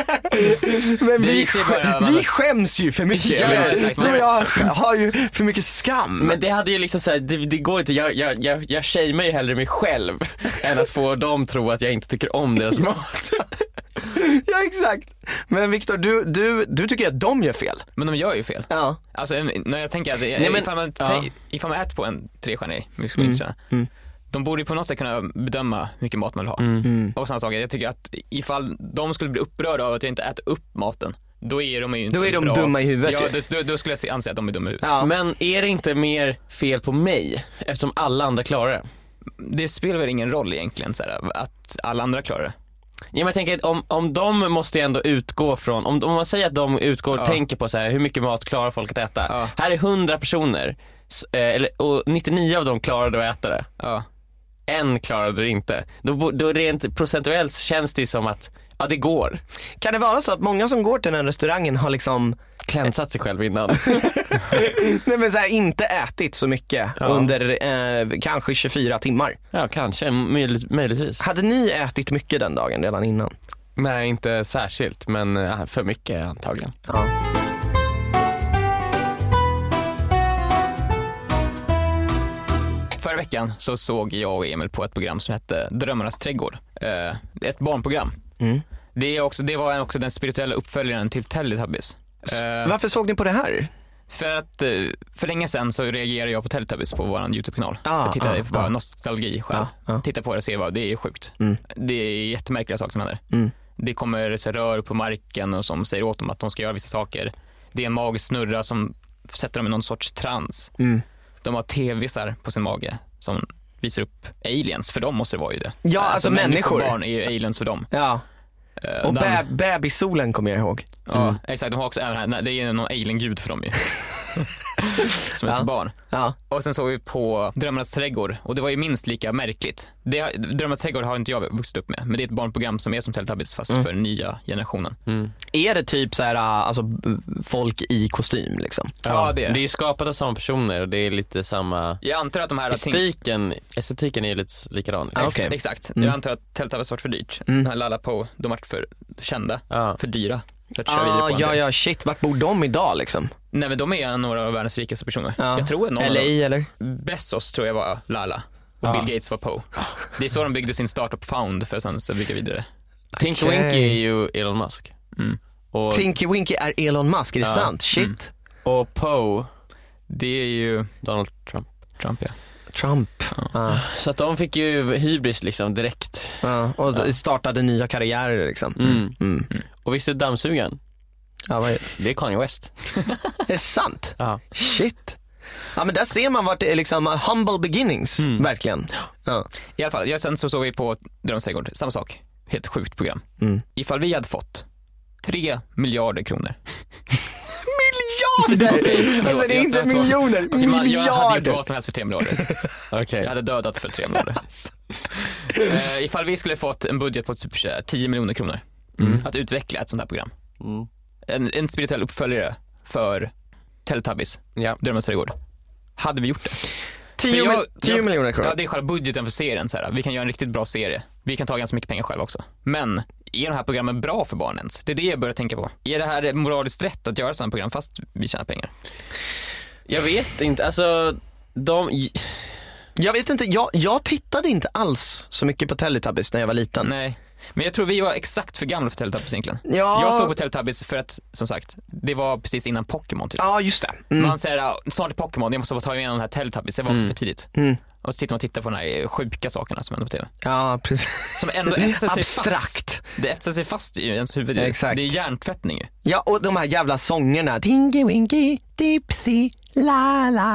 Men Det vi, visar ju bara skä- vad- vi skäms ju för mycket. Ja, eller? exakt. Du och jag har ju för mycket skam. Men det hade ju liksom såhär, det, det går inte, jag, jag, jag, jag shamear ju hellre mig själv än att få dem tro att jag inte tycker om deras mat. Ja, exakt. Men Victor, du, du, du tycker att de gör fel. Men de gör ju fel. Ja. Alltså när jag tänker att Nej, men- ifall, man, ja. ifall man äter på en trestjärnig Michelin-restaurang, mm. de borde ju på något sätt kunna bedöma hur mycket mat man vill ha. Mm. Och sådana saker. Jag tycker att ifall de skulle bli upprörda av att jag inte äter upp maten, då är de ju inte Då är de bra. dumma i huvudet. Ja, då, då, då skulle jag se- anse att de är dumma i huvudet. Ja. Men är det inte mer fel på mig eftersom alla andra klarar det? Det spelar väl ingen roll egentligen så här, att alla andra klarar det. Ja, men jag tänker att om, om de måste ju ändå utgå från, om, om man säger att de utgår och Ja. tänker på så här, hur mycket mat klarar folk att äta. Ja. Här är hundra personer s- eh, eller, och nittionio av dem klarade att äta det. Ja. En klarade det inte. Då, bo- då rent procentuellt känns det ju som att ja, det går. Kan det vara så att många som går till den här restaurangen har liksom Klänsat sig själv innan. nej, men så här, inte ätit så mycket Ja. under eh, kanske tjugofyra timmar. Ja, kanske, möjligt, möjligtvis. Hade ni ätit mycket den dagen redan innan? Nej, inte särskilt, men äh, för mycket antagligen. Ja. Förra veckan så såg jag och Emil på ett program som hette Drömmarnas trädgård. Eh, ett barnprogram. Mm. Det, är också, det var också den spirituella uppföljaren till Teletubbies. Uh, Varför såg ni på det här? För att för länge sedan så reagerade jag på Teletubbies på vår YouTube-kanal. Ah, jag tittade ah, på bara ah. nostalgi själv. Ah, ah. Titta på det och se vad det är sjukt. Mm. Det är jättemärkliga saker som händer. Mm. Det kommer så rör på marken och som säger åt dem att de ska göra vissa saker. Det är en magisk snurra som sätter dem i någon sorts trans. Mm. De har tv-sar på sin mage som visar upp aliens. För dem måste det vara ju det. Ja, alltså, alltså människor. Barn är ju aliens för dem. Ja. Uh, och bä- bebissolen kommer jag ihåg. Ja, mm. exakt. De har också även här, det är någon alien-gud för dem ju. Som ett ja. barn. Ja. Och sen såg vi på Drömmarnas trädgård. Och det var ju minst lika märkligt. Det, Drömmarnas trädgård har inte jag vuxit upp med. Men det är ett barnprogram som är som Teletubbies fast mm. för nya generationen. Mm. Är det typ så här, alltså folk i kostym liksom? Ja, ja det är det. Det är ju skapat av samma personer och det är lite samma. Jag antar att de här estetiken, estetiken är ju lite likadan. Liksom. Ex- okay. Exakt. Mm. Jag antar att Teletubbies varit för dyrt. Mm. Den här Lalla Po, de varit för kända, ja. för dyra. Ah, ja, ja, shit. Vart bor de idag liksom? Nej, men de är några av världens rikaste personer. Ja. Jag tror att någon L A eller? Bezos tror jag var Lala och ja. Bill Gates var Poe. Det är så de byggde sin startup Found för sen så bygga vidare. Okay. Tinky Winky är ju Elon Musk. Mm. Och Tinky Winky är Elon Musk, är det ja. sant? Shit. Mm. Och Poe, det är ju Donald Trump. Trump, ja. Trump. Ja. Ah. Så att de fick ju hybris liksom direkt. Ah. Och ja. startade nya karriärer liksom. Mm. Mm. Mm. Och visst är dammsugaren? Ja, vad är det? Det är Kanye West. Det är sant? Ja. Shit. Ja, men där ser man vart det är liksom humble beginnings, mm. verkligen. Ja. I alla fall, jag sen så såg vi på Drömmarnas trädgård, samma sak. Helt sjukt program. Mm. Ifall vi hade fått tre miljarder kronor. Miljarder! Okay, alltså det är inte miljoner, okay, miljarder. Jag hade gjort vad som helst för tre miljarder. Okay. Jag hade dödat för tre miljarder. uh, ifall vi skulle fått en budget på typ tio miljoner kronor mm. att utveckla ett sånt här program. Mm. En, en spirituell uppföljare för Teletubbies, ja. Drömmarnas trädgård. Hade vi gjort det? tio, jag, tio jag, miljoner kronor. Ja, det är själva budgeten för serien. Så här. Vi kan göra en riktigt bra serie. Vi kan ta ganska mycket pengar själva också. Men är de här programmen bra för barnen? Det är det jag börjar tänka på. Är det här moraliskt rätt att göra sådana program fast vi tjänar pengar? Jag vet inte. Alltså, de... Jag vet inte. Jag, jag tittade inte alls så mycket på Teletubbies när jag var liten. Nej. Men jag tror vi var exakt för gamla för Teletubbies egentligen. Ja. Jag såg på Teletubbies för att, som sagt, det var precis innan Pokémon typ. Ja, just det. Mm. Man säger, snart är Pokémon, jag måste bara ta igenom den här Teletubbies. Jag var mm. för tidigt. Mm. Och så tittar man och tittar på de här sjuka sakerna som händer på tv. Ja, precis. Som ändå etsar sig abstrakt. Fast. Det etsar sig fast i ens huvud. Ja, exakt. Det är hjärntvättning ju. Ja, och de här jävla sångerna. Tinky Winky, Dipsy, Lala,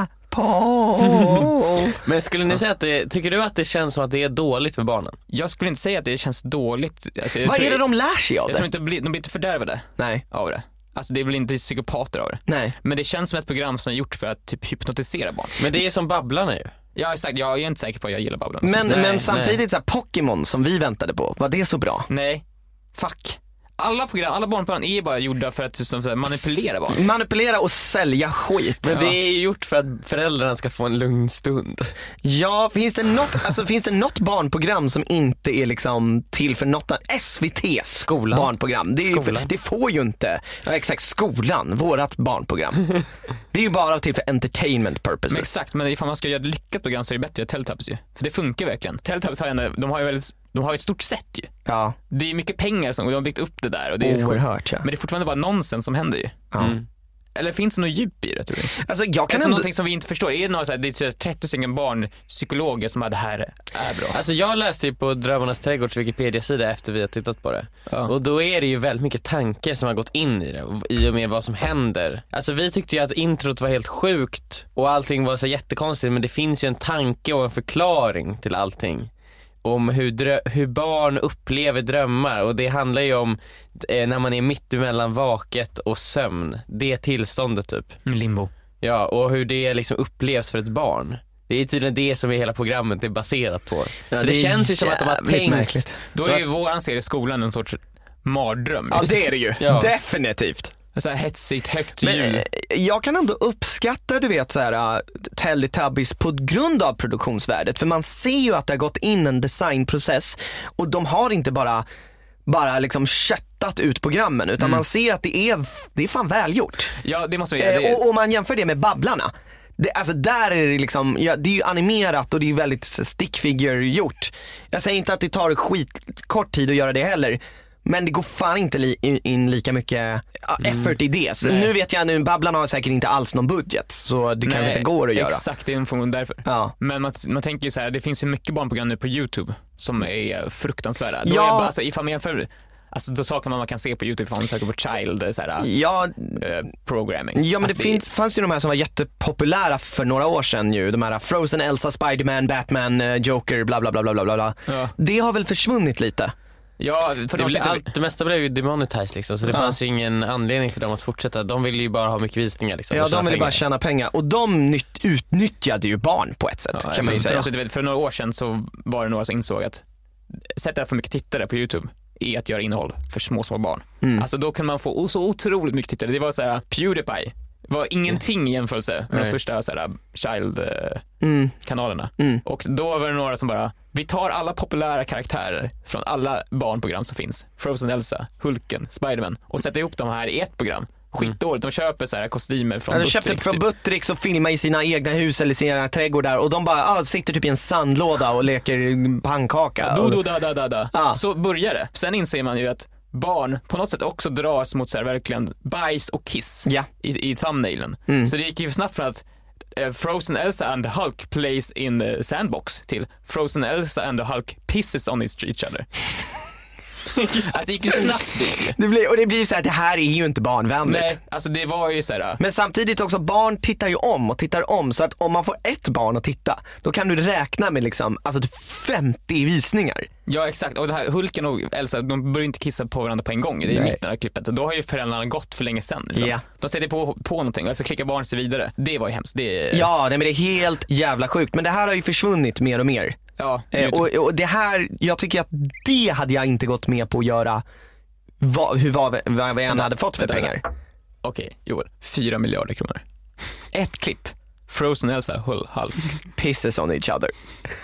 Po. Men skulle ni säga att det, tycker du att det känns som att det är dåligt för barnen? Jag skulle inte säga att det känns dåligt. Alltså, vad är det de lär sig av jag det? tror inte de blir, de blir inte fördärvade Nej. av det. Alltså det är väl inte psykopater av det. Nej. Men det känns som ett program som är gjort för att typ hypnotisera barn. Men det är som Babblarna ju. Ja, exakt. Jag är inte säker på att jag gillar Babblarna. Men, nej, men samtidigt så här, Pokémon som vi väntade på, var det så bra? Nej. Fuck. Alla program, alla barnprogram är bara gjorda för att som, så här, manipulera barn. Manipulera och sälja skit. Men det är ju gjort för att föräldrarna ska få en lugn stund. Ja, finns det något, alltså, finns det något barnprogram som inte är liksom till för något? S V T:s skolan. Barnprogram. Det, är, skolan. det får ju inte, ja, exakt, skolan, vårat barnprogram. Det är ju bara till för entertainment purposes. Men exakt, men ifall man ska göra ett lyckat program så är det bättre att Teletubbies ju. För det funkar verkligen. Teletubbies har ju, de har ju väldigt, de har ett stort sätt ju. Ja. Det är mycket pengar som, och de har byggt upp det där. Och det är oerhört, ja. Men det är fortfarande bara nonsens som händer ju. Ja. Mm. Eller finns det något djup i det, tror du? Alltså, jag kan alltså, ändå... någonting som vi inte förstår. Är det något så här, det är trettio stycken barnpsykologer som bara, det här är bra? Alltså jag läste ju på Drömmarnas trädgårds Wikipedia-sida efter vi har tittat på det. Ja. Och då är det ju väldigt mycket tankar som har gått in i det, i och med vad som händer. Alltså vi tyckte ju att introt var helt sjukt och allting var så jättekonstigt, men det finns ju en tanke och en förklaring till allting. Om hur, drö- hur barn upplever drömmar, och det handlar ju om eh, när man är mitt emellan vaket och sömn, det tillståndet typ. Limbo. Ja, och hur det liksom upplevs för ett barn. Det är tydligen det som är hela programmet är baserat på. Ja, så det, det känns ju som att de har tänkt märkligt. Då är ju våran serie skolan en sorts mardröm. Ja, det är det ju. Ja. Definitivt. Så här hetsigt, högt men, ljud. Jag kan ändå uppskatta, du vet, så här, uh, Teletubbies på grund av produktionsvärdet. För man ser ju att det har gått in en designprocess och de har inte bara bara liksom köttat ut programmen, utan mm. man ser att det är, det är fan välgjort. Ja, det måste vi göra. Eh, och, och man jämför det med Babblarna. Det, alltså där är det liksom, ja, det är ju animerat och det är väldigt stickfigure gjort. Jag säger inte att det tar skit kort tid att göra det heller. Men det går fan inte li- in lika mycket effort i det. Så nu vet jag, nu Babblan har säkert inte alls någon budget, så det kanske inte går att göra. Exakt, det är information därför. Ja. Men man, man tänker ju så här, det finns ju mycket barnprogram nu på YouTube som är fruktansvärda. Då ja. är bara, alltså, ifall man jämför, alltså då saker man kan se på YouTube, ifall man söker på child så här, ja. uh, programming. Ja, men alltså, det, det finns, fanns ju de här som var jättepopulära för några år sedan ju. De här Frozen, Elsa, Spider-Man, Batman, Joker, bla bla bla bla bla bla. Ja. Det har väl försvunnit lite. Ja, för det, blev, allt, det mesta blev ju demonetized liksom, så det ja. fanns ju ingen anledning för dem att fortsätta. De ville ju bara ha mycket visningar liksom. Ja, de ville bara tjäna pengar. Och de nyt, utnyttjade ju barn på ett sätt, ja, kan man ju säga. För, för några år sedan så var det några som insåg att sätta för mycket tittare på YouTube är att göra innehåll för små, små barn. Mm. Alltså då kan man få så otroligt mycket tittare. Det var så här, PewDiePie var ingenting i jämförelse med Nej. de största så här, child-kanalerna. Mm. Mm. Och då var det några som bara, vi tar alla populära karaktärer från alla barnprogram som finns. Frozen Elsa, Hulken, Spider-Man och sätter ihop dem här i ett program. Skitdåligt, de köper så här kostymer från ja, de Buttricks. De köpte från Buttricks och filmar i sina egna hus eller sina trädgårdar och de bara ah, sitter typ i en sandlåda och leker pannkaka. Do, do, da, da, da, da. Ah. Så börjar det. Sen inser man ju att barn på något sätt också dras mot så här, verkligen bajs och kiss ja. i, i thumbnailen. Mm. Så det gick ju snabbt från att uh, Frozen Elsa and the Hulk plays in the sandbox till Frozen Elsa and the Hulk pisses on each other. Att det gick ju snabbt dit. Det blir, och det blir så här, det här är ju inte barnvänligt. Nej, alltså det var ju så här. Men samtidigt också, barn tittar ju om och tittar om. Så att om man får ett barn att titta, då kan du räkna med liksom, alltså typ femtio visningar. Ja, exakt. Och det här, Hulken och Elsa, de börjar inte kissa på varandra på en gång. Det är i mitten av klippet. Då har ju föräldrarna gått för länge sedan. Liksom. Yeah. De sätter på, på någonting och så klickar barn sig vidare. Det var ju hemskt. Det är... Ja, nej, men det är helt jävla sjukt. Men det här har ju försvunnit mer och mer. Ja, eh, och, och det här, jag tycker att det hade jag inte gått med på att göra vad, hur, vad, vad jag än hade fått för pengar. Okej, Joel, fyra miljarder kronor. Ett klipp. Frozen Elsa, Hull, Hulk. Pisses on each other.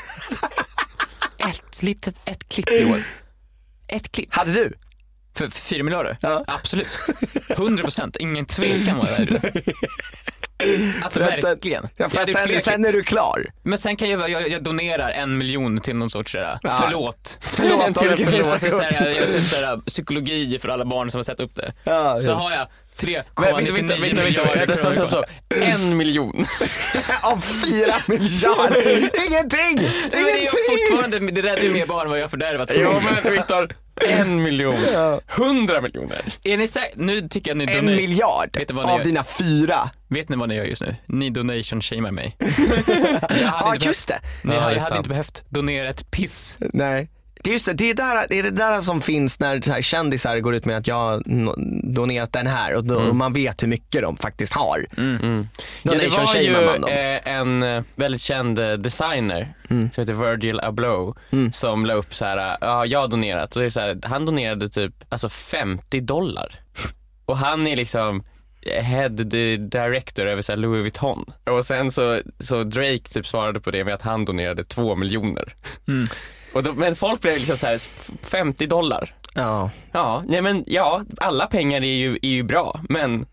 Ett litet, ett klipp, Joel. Ett klipp. Hade du? För, för fyra miljarder? Ja. Absolut. Hundra procent, ingen tvekan var det. Alltså verkligen. Sen, ja, för att sen, sen är du klar. Men sen kan jag, jag, jag donerar en miljon till någon sorts sådär, ja. förlåt. Förlåt. till förlåt. Så här, jag jag syns såhär, psykologi för alla barn som har sett upp det. Ja, så ja. har jag tre komma nittionio miljarder kronor. En miljon. Av fyra miljarder. Ingenting. Ingenting. Det är fortfarande, det räddar ju mer barn vad jag fördärvat. Ja, men Victor, en miljon. Hundra miljoner. Är ni säkert, nu tycker jag ni En donar, miljard av gör? Dina fyra. Vet ni vad ni gör just nu? Ni donation shamear mig. Ja, just det. Ni ja, hade, det hade inte behövt donera ett piss. Nej. Det är just det, det är, där, det är det där som finns när så här, kändisar går ut med att jag donerat den här och, då, mm. och man vet hur mycket de faktiskt har. Mm. Mm. Ja, det var ju eh, en väldigt känd designer mm. som heter Virgil Abloh mm. som la upp så här, ja, jag har donerat. Och det är så här, han donerade typ alltså femtio dollar. Och han är liksom head director över så här Louis Vuitton. Och sen så, så Drake typ svarade på det med att han donerade två miljoner. Mm. Och då, men folk blev liksom så här femtio dollar. Ja. Ja, nej men ja, alla pengar är ju, är ju bra, men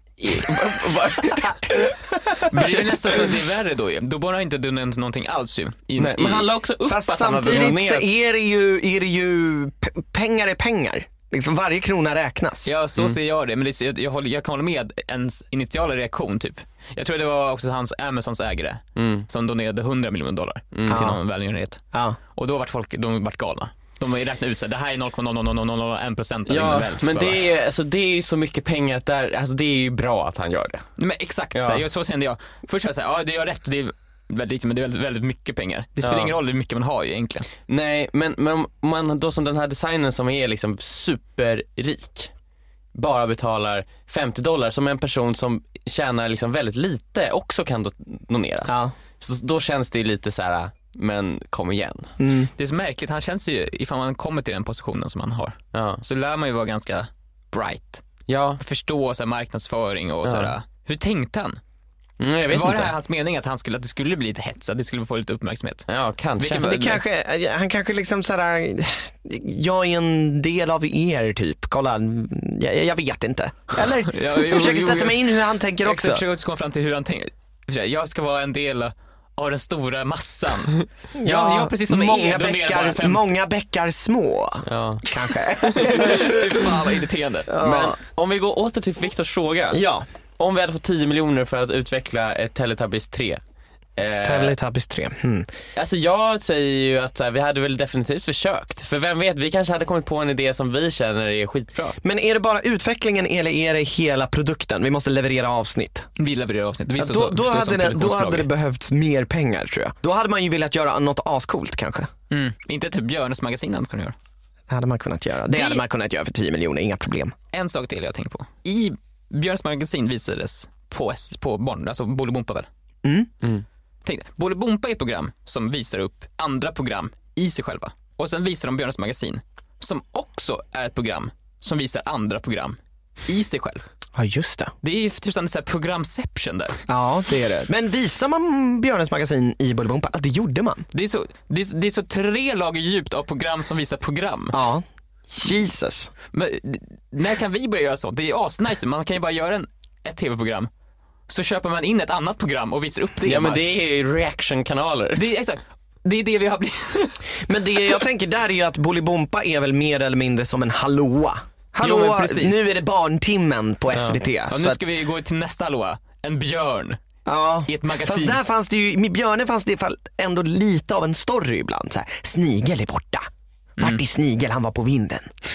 blir det nästan så att det är värre då ju. Då bara inte donerat någonting alls ju. I, nej, i, men han la också upp fast att samtidigt han så är det ju, är det ju p- pengar är pengar. Liksom varje krona räknas. Ja, så mm. ser jag det. Men det, jag, jag, håller, jag kan hålla med ens initiala reaktion typ. Jag tror det var också hans Amazons ägare mm. som donerade hundra miljoner dollar mm. till någon välgörenhet. Ja. Och då var folk, de vart galna. De har ju räknat ut så det här är noll komma noll noll noll noll en procent av ja, väl. Men det är, alltså, det är ju så mycket pengar att där, alltså, det är ju bra att han gör det. Men exakt, ja. så, jag, så kände jag. Först var jag så här, ja det är rätt, det är väldigt lite, men det är väldigt, väldigt mycket pengar. Det spelar ja. ingen roll hur mycket man har ju egentligen. Nej, men, men man då som den här designen som är liksom superrik bara betalar femtio dollar som en person som tjänar liksom väldigt lite också kan do- donera. Ja. Så då känns det ju lite så här, men kom igen. Mm. Det är så märkligt, han känns ju, ifall man kommer till den positionen som han har, ja. så lär man ju vara ganska bright. Ja. Förstå så här, marknadsföring och ja. sådär. Hur tänkte han? Mm, jag vet var inte. det hans mening att, han skulle, att det skulle bli lite hets, att det skulle få lite uppmärksamhet? Ja, kanske. Men det kanske han kanske liksom sådär, jag är en del av er typ. Kolla, jag, jag vet inte. Eller? ja, jo, jag försöker jo, sätta jo, mig in hur han tänker jag också. Jag försöker också komma fram till hur han tänker. Jag ska vara en del av den stora massan. Ja, ja, ja precis som många er, bäckar, många bäckar små. Ja. Kanske. Fan vad irriterande. Ja. Men om vi går åter till Viktors fråga. Ja. Om vi hade fått tio miljoner för att utveckla ett Teletubbies tre. Eh, Teletubbies tre. Hmm. Alltså jag säger ju att så här, vi hade väl definitivt försökt. För vem vet, vi kanske hade kommit på en idé som vi känner är skitbra. Men är det bara utvecklingen eller är det hela produkten? Vi måste leverera avsnitt. Vi levererar avsnitt. Vi ja, då, då, hade det, då hade det behövts mer pengar tror jag. Då hade man ju velat göra något ascoolt kanske. Mm. Inte typ Björnes magasin hade man kunnat göra. Det hade man kunnat göra. Det, det hade man kunnat göra för tio miljoner, inga problem. En sak till jag tänkt på. I Björnes magasin visades på, på barn, alltså Bolibompa väl? Mm. Mm. Tänk, Bolibompa är ett program som visar upp andra program i sig själva. Och sen visar de Björnes magasin som också är ett program som visar andra program i sig själv. Ja, just det. Det är ju typ sån här programception där. Ja, det är det. Men visar man Björnes magasin i Bolibompa? Ja, det gjorde man. Det är, så, det, är, det är så tre lager djupt av program som visar program. Ja, Jesus. Men när kan vi börja göra sånt? Det är asnice. Man kan ju bara göra en, ett tv-program. Så köper man in ett annat program och visar upp det. Ja, men det är ju reaction-kanaler. Det är exakt. Det är det vi har blivit. Men det jag tänker där är ju att Bolibompa är väl mer eller mindre som en hallåa. Hallå, jo, nu är det barntimmen på S V T. Ja. Ja, nu ska vi gå till nästa hallåa. En björn. Ja. I ett magasin. Fast där fanns det ju, med Björne fanns det ändå lite av en story ibland. Så här, Snigel är borta. Vart mm. är Snigel? Han var på vinden.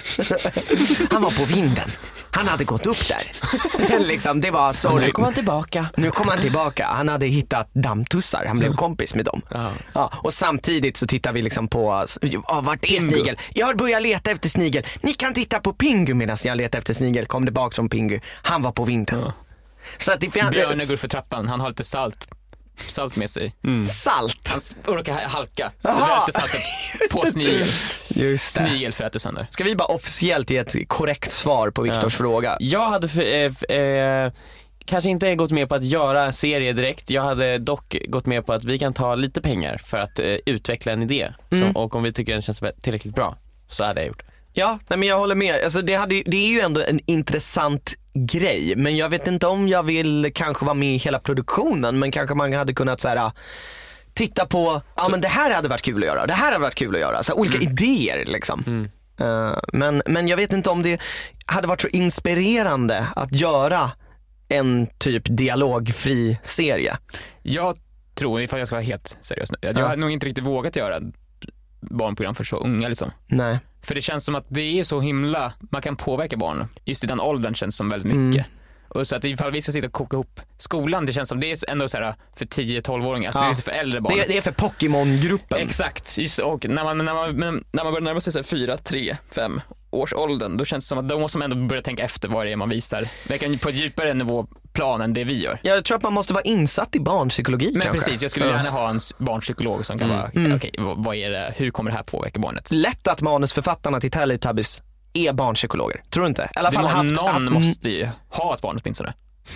Han var på vinden. Han hade gått upp där. liksom, det var story. Nu kom han tillbaka. Nu kom han tillbaka. Han hade hittat dammtussar. Han blev kompis med dem. Uh-huh. Ja, och samtidigt så tittar vi liksom på ja, vart är Pingu. Snigel? Jag börjar leta efter Snigel. Ni kan titta på Pingu medan jag letar efter Snigel. Kom det bak som Pingu. Han var på vinden. Uh-huh. Så att det Björne går för trappan. Han har lite salt. Salt med sig. Mm. Salt? Han råkar halka. Så rökte saltet på Snigel. Just det. Snigel fräter sönder. Ska vi bara officiellt ge ett korrekt svar på Viktors ja. fråga? Jag hade för, eh, eh, kanske inte gått med på att göra serie direkt. Jag hade dock gått med på att vi kan ta lite pengar för att eh, utveckla en idé. Mm. Så, och om vi tycker den känns tillräckligt bra så hade jag gjort det. Ja, nej, men jag håller med. Alltså, det, hade, det är ju ändå en intressant grej. Men jag vet inte om jag vill kanske vara med i hela produktionen. Men kanske man hade kunnat så här, titta på, ja men det här hade varit kul att göra. Det här hade varit kul att göra. Så här, olika mm. idéer liksom. Mm. Uh, men, men jag vet inte om det hade varit så inspirerande att göra en typ dialogfri serie. Jag tror, ifall jag ska vara helt seriös nu, jag ja. hade nog inte riktigt vågat göra barnprogram för så unga liksom. Nej. För det känns som att det är så himla, man kan påverka barn. Just i den åldern känns som väldigt mycket. Mm. Och så att ifall vi ska sitta och koka ihop skolan, det känns som det är ändå så här för tio tolv-åringar, alltså ja. det är lite för äldre barn. Det är, det är för Pokémon-gruppen. Exakt, just och när man, när man, när man börjar närma sig så här fyra, tre, fem års åldern, då känns det som att då måste man ändå börja tänka efter vad det är man visar. Verkar på ett djupare nivå plan än det vi gör. Jag tror att man måste vara insatt i barnpsykologi. Men kanske. Precis, jag skulle gärna ha en barnpsykolog som kan mm. vara, okej, okay, vad, vad är det, hur kommer det här påverka barnet? Lätt att manusförfattarna till Teletubbies är barnpsykologer, tror du inte? I alla fall må, haft, någon haft... måste ju ha ett barn åtminstone.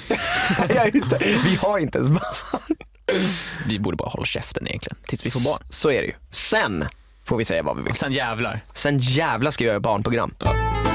Ja, just det. Vi har inte ens barn. Vi borde bara hålla käften egentligen tills vi får barn. Så, så är det ju. Sen får vi säga vad vi vill. Och sen jävlar. Sen jävlar ska jag göra barnprogram. Ja.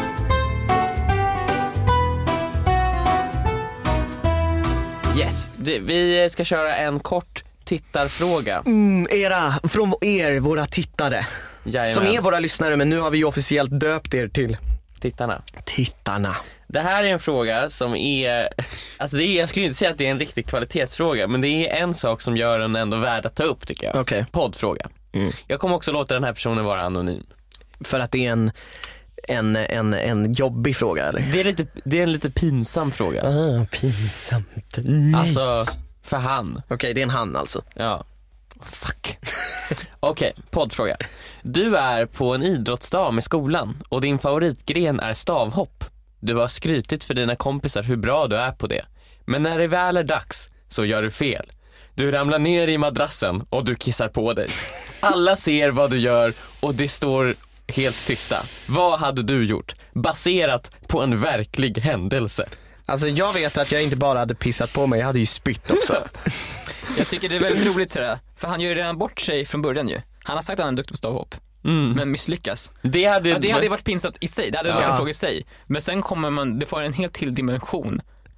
Yes, vi ska köra en kort tittarfråga. Mm, era, från er, våra tittare. Jajamän. Som är våra lyssnare, men nu har vi ju officiellt döpt er till tittarna. Tittarna. Det här är en fråga som är, alltså det är, jag skulle inte säga att det är en riktig kvalitetsfråga, men det är en sak som gör den ändå värd att ta upp tycker jag. Okay. Poddfråga. Mm. Jag kommer också låta den här personen vara anonym. För att det är en En, en, en jobbig fråga eller? Det är, lite, det är en lite pinsam fråga. Ah, pinsamt. Nej. Alltså, för han. Okej, okay, det är en han alltså. Ja. Fuck. Okej, okay, poddfråga. Du är på en idrottsdag med skolan och din favoritgren är stavhopp. Du har skrytit för dina kompisar hur bra du är på det. Men när det väl är dags så gör du fel. Du ramlar ner i madrassen och du kissar på dig. Alla ser vad du gör och det står helt tysta. Vad hade du gjort? Baserat på en verklig händelse. Alltså jag vet att jag inte bara hade pissat på mig, jag hade ju spytt också. Jag tycker det är väldigt roligt sådär, för han gör ju redan bort sig från början ju. Han har sagt att han är duktig på stavhopp. Mm. Men misslyckas. Det hade, ja, det hade varit pinsamt i sig. Det hade ja. varit en fråga i sig. Men sen kommer man, det får en helt till dimension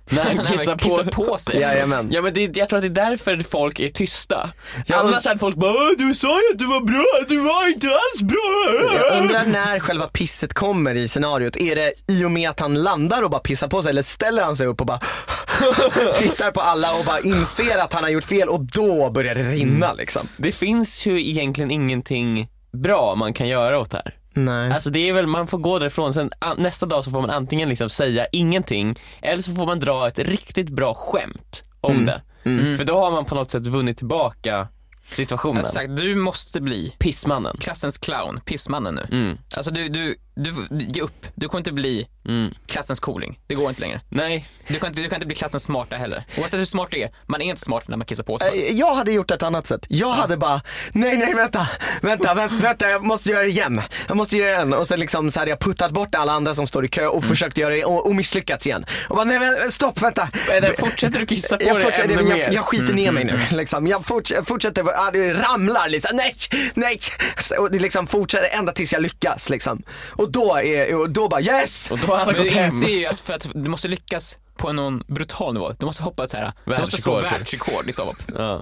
När han kissar, Nej, kissar på, på sig. Jajamän. Ja, men det, jag tror att det är därför folk är tysta. Ja, Annars hade folk bara, du sa ju att du var bra, du var inte alls bra. Jag undrar när själva pisset kommer i scenariot. Är det i och med att han landar och bara pissar på sig, eller ställer han sig upp och bara tittar på alla och bara inser att han har gjort fel och då börjar det rinna mm. liksom. Det finns ju egentligen ingenting bra man kan göra åt det här. Nej. Alltså det är väl, man får gå därifrån, sen nästa dag så får man antingen liksom säga ingenting, eller så får man dra ett riktigt bra skämt om mm. det. Mm. För då har man på något sätt vunnit tillbaka situationen. Exakt, du måste bli pissmannen. Klassens clown, pissmannen nu. Mm. Alltså du, du, du, ge upp. Du kan inte bli mm. klassens cooling. Det går inte längre. Nej. Du kan inte, du kan inte bli klassens smarta heller. Oavsett hur smart det är, man är inte smart när man kissar på sig. Jag hade gjort ett annat sätt. Jag ja. hade bara, nej nej vänta, vänta, vänta, vänta, jag måste göra det igen. Jag måste göra det igen. Och så liksom så hade jag puttat bort alla andra som står i kö och mm. försökt göra det och, och misslyckats igen. Och bara, nej men stopp, vänta. Fortsätter du kissa på jag det fortsätter, ännu jag, mer? jag skiter ner mig nu. Liksom. Jag fortsätter, fortsätter ja, det ramlar liksom, nej, nej. Och det liksom fortsätter ända tills jag lyckas liksom. Och då är, och då bara yes. Och då har han gått hem. Men du inser ju att för att du måste lyckas på någon brutal nivå. Du måste hoppa så här. Du måste slå världsrekord i sovhopp. Ja.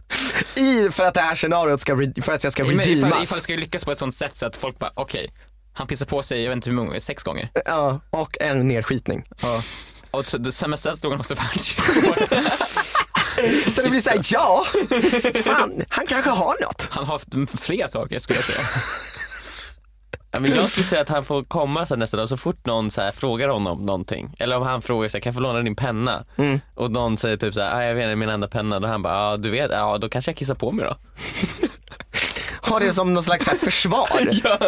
I för att det här scenariot ska för att jag ska redeemas. Ifall, ifall du ska lyckas på ett sånt sätt så att folk bara okej, okay, han pissar på sig jag vet inte hur många, sex gånger. Ja, och en nedskitning. Ja. Och så det sen stod han också världsrekord. Så det blir såhär, ja, fan, han kanske har något. Han har fler saker skulle jag säga. Ja, men jag skulle säga att han får komma så nästa dag så fort någon så här frågar honom någonting. Eller om han frågar sig, kan jag få låna din penna? Mm. Och någon säger typ så här, jag vet inte, min enda penna. Då han bara, ja du vet, ja då kanske jag kissar på mig då. Har det som någon slags så här försvar? Ja.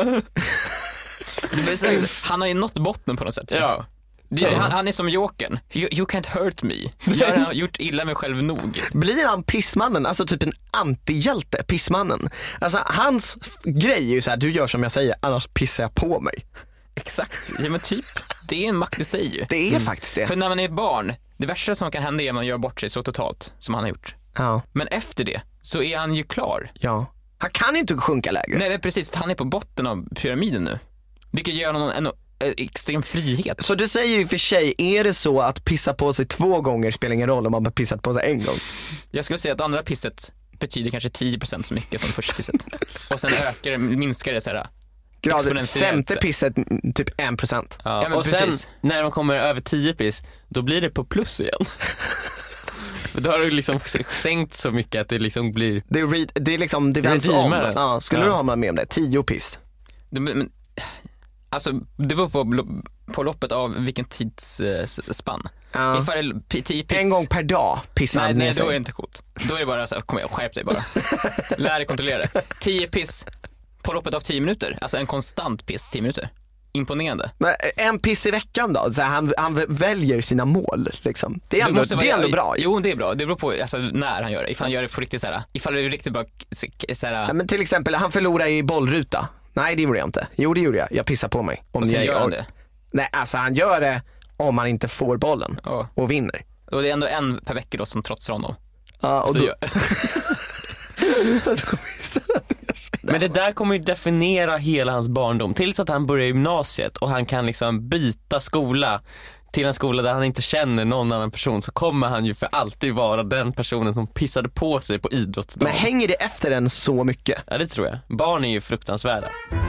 Han har ju nått botten på något sätt. Ja. Det, han, han är som Jokern. You, you can't hurt me. Jag har gjort illa mig själv nog. Blir han pissmannen, alltså typ en antihjälte, pissmannen? Alltså hans grej är ju så här, du gör som jag säger, annars pissar jag på mig. Exakt, ja men typ. Det är en makt i sig ju. Det är mm. faktiskt det. För när man är barn, det värsta som kan hända är att man gör bort sig så totalt som han har gjort. Ja. Men efter det så är han ju klar. Ja. Han kan inte sjunka lägre. Nej precis, han är på botten av pyramiden nu. Vilket gör honom en extrem frihet. Så du säger ju för sig, är det så att pissa på sig två gånger spelar ingen roll om man har pissat på sig en gång? Jag skulle säga att andra pisset betyder kanske tio procent så mycket som första pisset. Och sen ökar det, minskar det så här exponentiellt. Femte pisset typ en procent. Ja, ja, och precis. Sen när de kommer över tio piss, då blir det på plus igen. För då har du liksom sänkt så mycket att det liksom blir... Det är, re- det är liksom, det vänds om. Ja, skulle ja. du ha med om det? Tio piss. Det, men, alltså, det beror på, på loppet av vilken tidsspann. Ja. Ifall p- tio piss... En gång per dag pissar nej, ner nej, sig. då är det inte coolt. Då är det bara så här, kom igen, skärp dig bara. Lär dig kontrollera det. Tio piss på loppet av tio minuter. Alltså en konstant piss, tio minuter. Imponerande. Men en piss i veckan då? Så han, han väljer sina mål liksom. Det är ändå, det är ändå bra. Jo, det är bra. Det beror på alltså, när han gör det. Ifall han gör det på riktigt så här. Ifall det är riktigt bra så här. Ja, men till exempel, han förlorar i bollruta. Nej, det gjorde jag inte. Jo, det gjorde jag. Jag pissar på mig. Om och sen jag gör han det? Nej, alltså han gör det om han inte får bollen oh. och vinner. Och det är ändå en per vecka då som trotsar honom. Ja, och så då... gör... Men det där kommer ju definiera hela hans barndom. Tills att han börjar gymnasiet och han kan liksom byta skola till en skola där han inte känner någon annan person, så kommer han ju för alltid vara den personen som pissade på sig på idrottsdagen. Men hänger det efter den så mycket? Ja, det tror jag. Barn är ju fruktansvärda.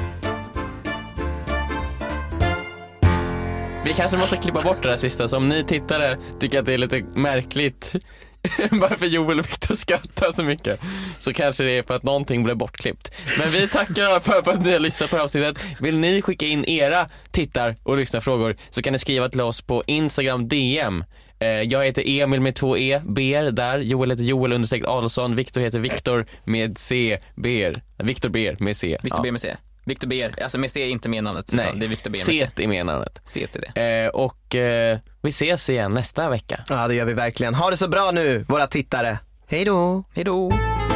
Vi kanske måste klippa bort det där sista. Så om ni tittare tycker att det är lite märkligt varför Joel och Victor skrattar så mycket, så kanske det är för att någonting blev bortklippt. Men vi tackar alla för, för att ni har lyssnat på avsnittet. Vill ni skicka in era tittar- och lyssnarfrågor så kan ni skriva till oss på Instagram D M. Jag heter Emil med två E, Ber där. Joel heter Joel understreck Adolfsson. Victor heter Victor med C, Ber. Victor Ber med C. Victor ja. Ber med C. Victor Ber, alltså med C är inte med namnet. Nej, utan det är Victor Ber med C. C är med namnet. C till det. Eh, och eh, vi ses igen nästa vecka. Ja, det gör vi verkligen. Ha det så bra nu, våra tittare. Hej då. Hej då.